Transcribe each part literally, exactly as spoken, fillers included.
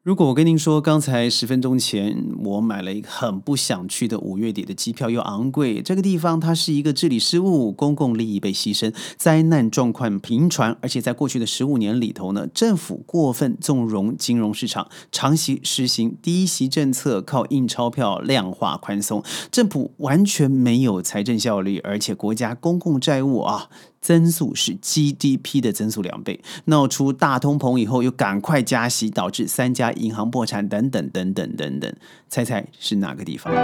如果我跟您说，刚才十分钟前我买了一个很不想去的五月底的机票，又昂贵，这个地方它是一个治理失误，公共利益被牺牲，灾难状况频传，而且在过去的十五年里头呢，政府过分纵容金融市场，长期实行低息政策，靠印钞票量化宽松，政府完全没有财政效率，而且国家公共债务啊增速是 G D P 的增速两倍，闹出大通膨以后又赶快加息，导致三家银行破产等等等等等等，猜猜是哪个地方？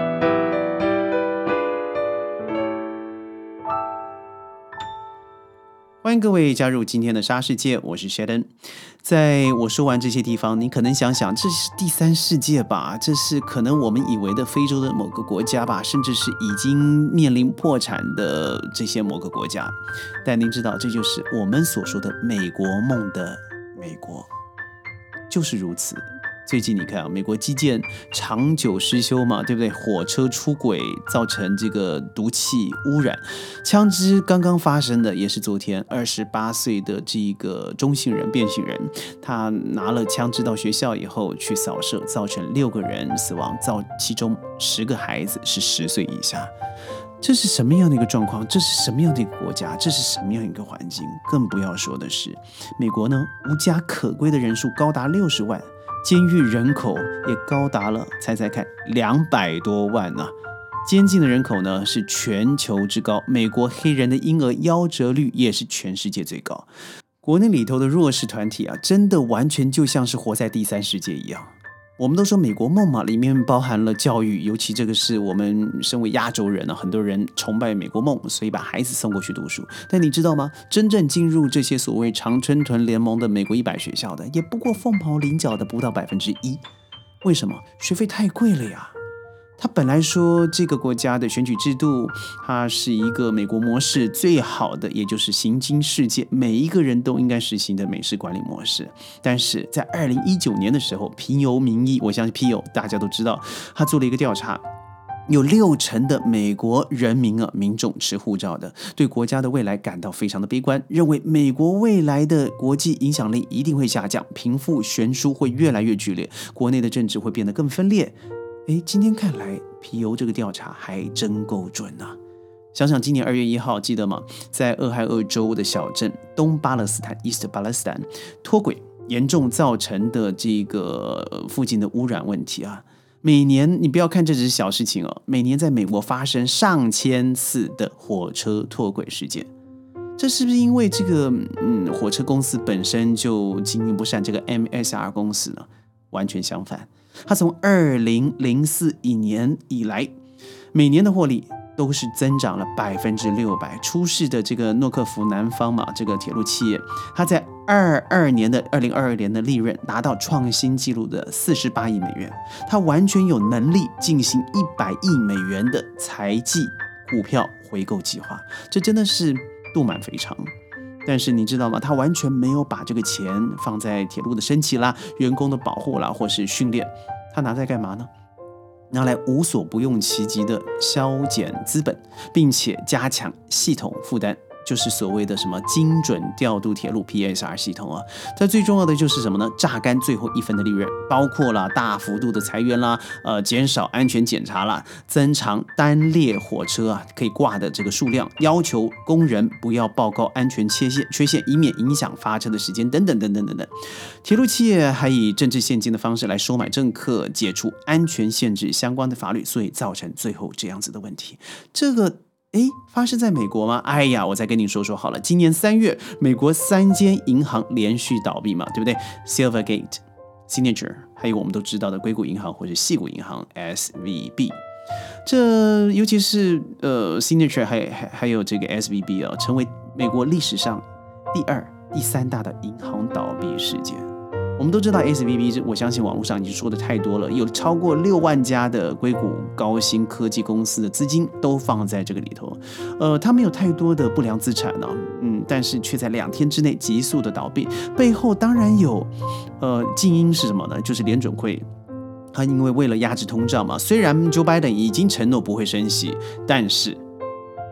欢迎各位加入今天的沙世界，我是 Sheldon。 在我说完这些地方，你可能想想，这是第三世界吧，这是可能我们以为的非洲的某个国家吧，甚至是已经面临破产的这些某个国家。但您知道，这就是我们所说的美国梦的美国，就是如此。最近你看啊，美国基建长久失修嘛，对不对？火车出轨造成这个毒气污染，枪支刚刚发生的也是昨天，二十八岁的这个中性人变性人，他拿了枪支到学校以后去扫射，造成六个人死亡，造其中十个孩子是十岁以下。这是什么样的一个状况？这是什么样的一个国家？这是什么样一个环境？更不要说的是，美国呢，无家可归的人数高达六十万。监狱人口也高达了，猜猜看，两百多万啊！监禁的人口呢是全球之高，美国黑人的婴儿夭折率也是全世界最高。国内里头的弱势团体啊，真的完全就像是活在第三世界一样。我们都说美国梦嘛，里面包含了教育，尤其这个是我们身为亚洲人啊，很多人崇拜美国梦，所以把孩子送过去读书。但你知道吗？真正进入这些所谓常春藤联盟的美国一百学校的，也不过凤毛麟角的不到百分之一。为什么？学费太贵了呀！他本来说这个国家的选举制度，它是一个美国模式最好的，也就是行经世界每一个人都应该实行的美式管理模式。但是在二零一九年的时候，皮尤民意，我相信皮尤大家都知道，他做了一个调查，有六成的美国人民啊，民众持护照的，对国家的未来感到非常的悲观，认为美国未来的国际影响力一定会下降，贫富悬殊会越来越剧烈，国内的政治会变得更分裂。诶，今天看来皮尤这个调查还真够准啊！想想今年二月一号，记得吗？在俄亥俄州的小镇东巴勒斯坦 East Palestine 脱轨严重造成的这个附近的污染问题啊，每年你不要看这只是小事情哦，每年在美国发生上千次的火车脱轨事件。这是不是因为这个嗯火车公司本身就经营不善，这个 M S R 公司呢？完全相反。它从二零零四年以来，每年的获利都是增长了百分之六百。出事的这个诺克福南方嘛，这个铁路企业，它在二二年的二零二二年的利润达到创新纪录的四十八亿美元，它完全有能力进行一百亿美元的财季股票回购计划，这真的是肚满肥肠。但是你知道吗？他完全没有把这个钱放在铁路的升级啦、员工的保护啦，或是训练，他拿在干嘛呢？拿来无所不用其极的削减资本，并且加强系统负担，就是所谓的什么精准调度铁路 P S R 系统啊。它最重要的就是什么呢？榨干最后一分的利润，包括了大幅度的裁员啦，呃，减少安全检查啦，增长单列火车啊可以挂的这个数量，要求工人不要报告安全缺陷，缺陷以免影响发车的时间，等等等等等等。铁路企业还以政治现金的方式来收买政客，解除安全限制相关的法律，所以造成最后这样子的问题。这个诶，发生在美国吗？哎呀，我再跟你说说好了。今年三月，美国三间银行连续倒闭嘛，对不对 ？Silvergate、Signature， 还有我们都知道的硅谷银行或者矽谷银行 S V B。这尤其是呃 Signature 还还还有这个 S V B 啊，成为美国历史上第二、第三大的银行倒闭事件。我们都知道 S V B， 我相信网络上已经说的太多了，有超过六万家的硅谷高新科技公司的资金都放在这个里头。呃，它没有太多的不良资产呢、啊，嗯，但是却在两天之内急速的倒闭，背后当然有，呃，近因是什么呢？就是联准会。他因为为了压制通胀嘛，虽然 Joe Biden 已经承诺不会升息，但是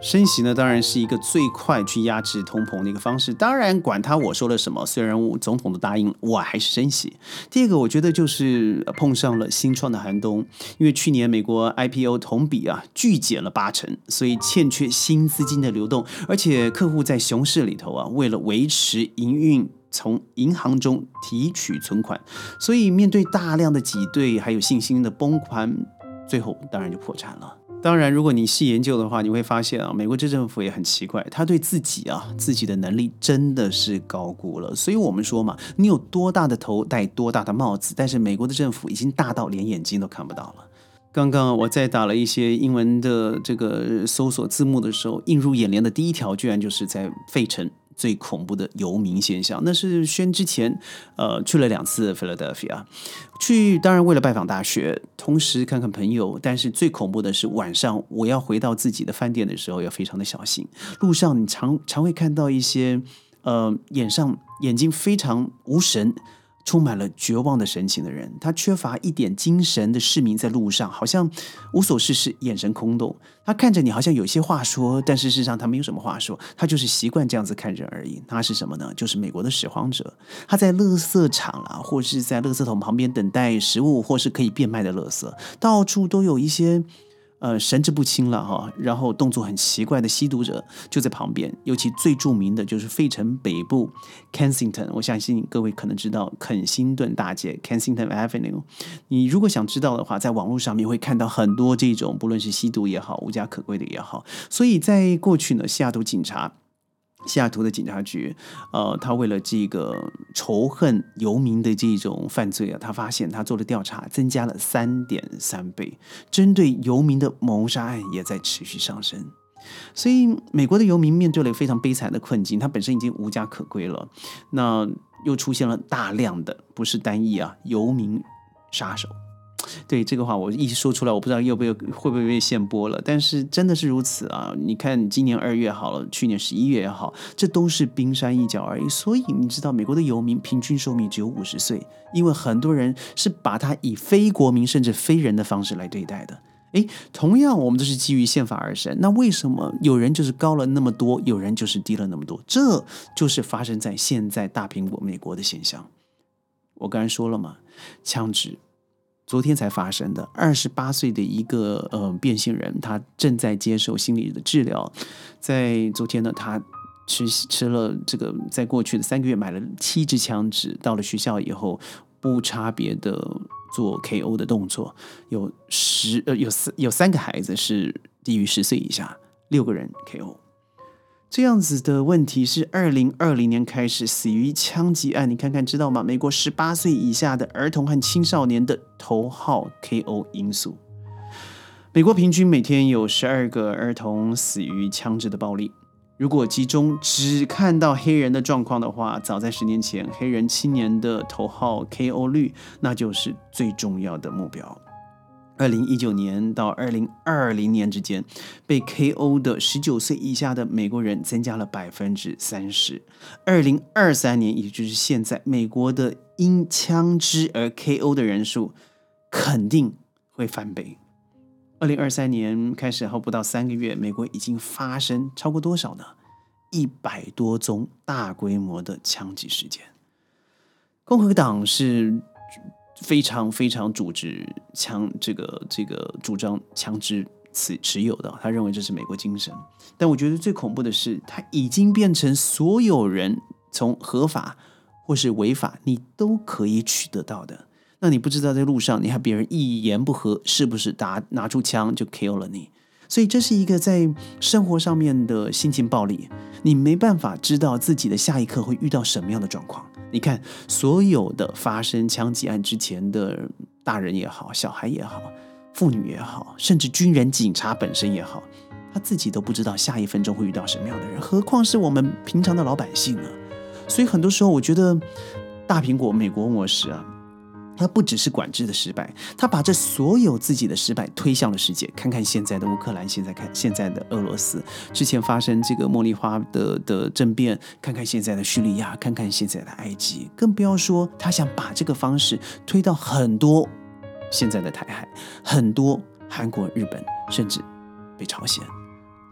升息呢，当然是一个最快去压制通膨的一个方式。当然，管他我说了什么，虽然我总统都答应，我还是升息。第二个，我觉得就是碰上了新创的寒冬，因为去年美国 I P O 同比啊巨减了八成，所以欠缺新资金的流动，而且客户在熊市里头啊，为了维持营运，从银行中提取存款，所以面对大量的挤兑，还有信心的崩盘，最后当然就破产了。当然，如果你细研究的话，你会发现啊，美国这政府也很奇怪，他对自己啊自己的能力真的是高估了。所以我们说嘛，你有多大的头戴多大的帽子，但是美国的政府已经大到连眼睛都看不到了。刚刚我在打了一些英文的这个搜索字幕的时候，映入眼帘的第一条居然就是在费城最恐怖的游民现象。那是轩之前呃去了两次 Philadelphia， 去当然为了拜访大学，同时看看朋友，但是最恐怖的是晚上我要回到自己的饭店的时候要非常的小心。路上你常常会看到一些呃眼上眼睛非常无神，充满了绝望的神情的人，他缺乏一点精神的市民在路上好像无所事事，眼神空洞。他看着你好像有些话说，但事实上他没有什么话说，他就是习惯这样子看人而已。他是什么呢？就是美国的拾荒者。他在垃圾场啦，或是在垃圾桶旁边等待食物，或是可以变卖的垃圾，到处都有一些呃，神志不清了哈，然后动作很奇怪的吸毒者就在旁边。尤其最著名的就是费城北部 Kensington， 我相信各位可能知道肯辛顿大街 Kensington Avenue。你如果想知道的话，在网络上面会看到很多这种，不论是吸毒也好，无家可归的也好。所以在过去呢，西雅图警察。西雅图的警察局，呃，他为了这个仇恨游民的这种犯罪啊，他发现他做了调查，增加了三点三倍，针对游民的谋杀案也在持续上升。所以，美国的游民面对了非常悲惨的困境，他本身已经无家可归了，那又出现了大量的不是单一啊游民杀手。对这个话我一说出来，我不知道又会不会被限播了，但是真的是如此啊！你看今年二月好了，去年十一月也好，这都是冰山一角而已。所以你知道美国的游民平均寿命只有五十岁，因为很多人是把他以非国民甚至非人的方式来对待的。诶，同样我们都是基于宪法而生，那为什么有人就是高了那么多，有人就是低了那么多？这就是发生在现在大苹果美国的现象。我刚才说了嘛，枪支昨天才发生的，二十八岁的一个呃变性人，他正在接受心理的治疗。在昨天呢，他吃吃了这个，在过去的三个月买了七支枪支，到了学校以后，不差别的做 K O 的动作，有十呃有四有三个孩子是低于十岁以下，六个人 K O。这样子的问题是二零二零年开始死于枪击案，你看看知道吗？美国十八岁以下的儿童和青少年的头号 K O 因素。美国平均每天有十二个儿童死于枪支的暴力。如果集中只看到黑人的状况的话，早在十年前，黑人青年的头号 K O 率那就是最重要的目标。二零一九年到二零二零年之间，被 K O 的十九岁以下的美国人增加了百分之三十。二零二三年，也就是现在，美国的因枪支而 K O 的人数肯定会翻倍。二零二三年开始后不到三个月，美国已经发生超过多少呢？一百多宗大规模的枪击事件。共和党是非常非常主持枪这个这个主张枪支持持有的，他认为这是美国精神。但我觉得最恐怖的是，他已经变成所有人从合法或是违法，你都可以取得到的。那你不知道在路上，你和别人一言不合，是不是打拿出枪就 K O 了你？所以这是一个在生活上面的心情暴力，你没办法知道自己的下一刻会遇到什么样的状况。你看，所有的发生枪击案之前的大人也好，小孩也好，妇女也好，甚至军人、警察本身也好，他自己都不知道下一分钟会遇到什么样的人，何况是我们平常的老百姓呢？所以很多时候，我觉得大苹果美国模式啊，他不只是管制的失败，他把这所有自己的失败推向了世界。看看现在的乌克兰，现在看现在的俄罗斯，之前发生这个茉莉花 的, 的政变，看看现在的叙利亚，看看现在的埃及，更不要说他想把这个方式推到很多现在的台海，很多韩国、日本，甚至北朝鲜。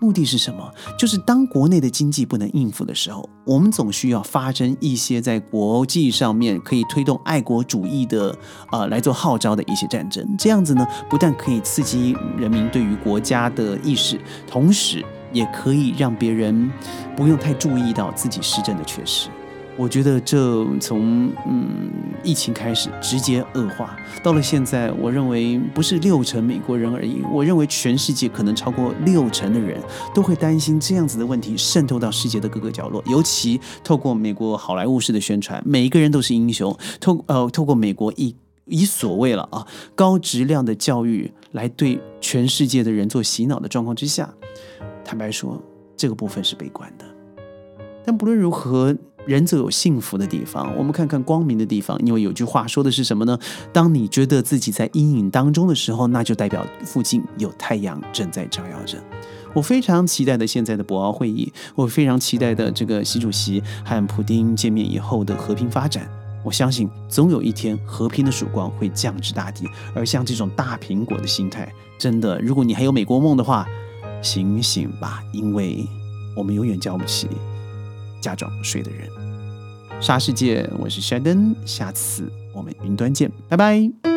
目的是什么？就是当国内的经济不能应付的时候，我们总需要发生一些在国际上面可以推动爱国主义的呃来做号召的一些战争。这样子呢，不但可以刺激人民对于国家的意识，同时也可以让别人不用太注意到自己施政的缺失。我觉得这从嗯疫情开始直接恶化，到了现在，我认为不是六成美国人而已，我认为全世界可能超过六成的人都会担心这样子的问题渗透到世界的各个角落。尤其透过美国好莱坞式的宣传，每一个人都是英雄，透呃透过美国以以所谓了啊高质量的教育来对全世界的人做洗脑的状况之下，坦白说，这个部分是悲观的。但不论如何，人总有幸福的地方，我们看看光明的地方。因为有句话说的是什么呢？当你觉得自己在阴影当中的时候，那就代表附近有太阳正在照耀着。我非常期待的现在的博鳌会议，我非常期待的这个习主席和普丁见面以后的和平发展。我相信总有一天和平的曙光会降至大地，而像这种大苹果的心态，真的，如果你还有美国梦的话，醒醒吧，因为我们永远交不起假装睡的人。沙世界，我是 Sheldon， 下次我们云端见，拜拜。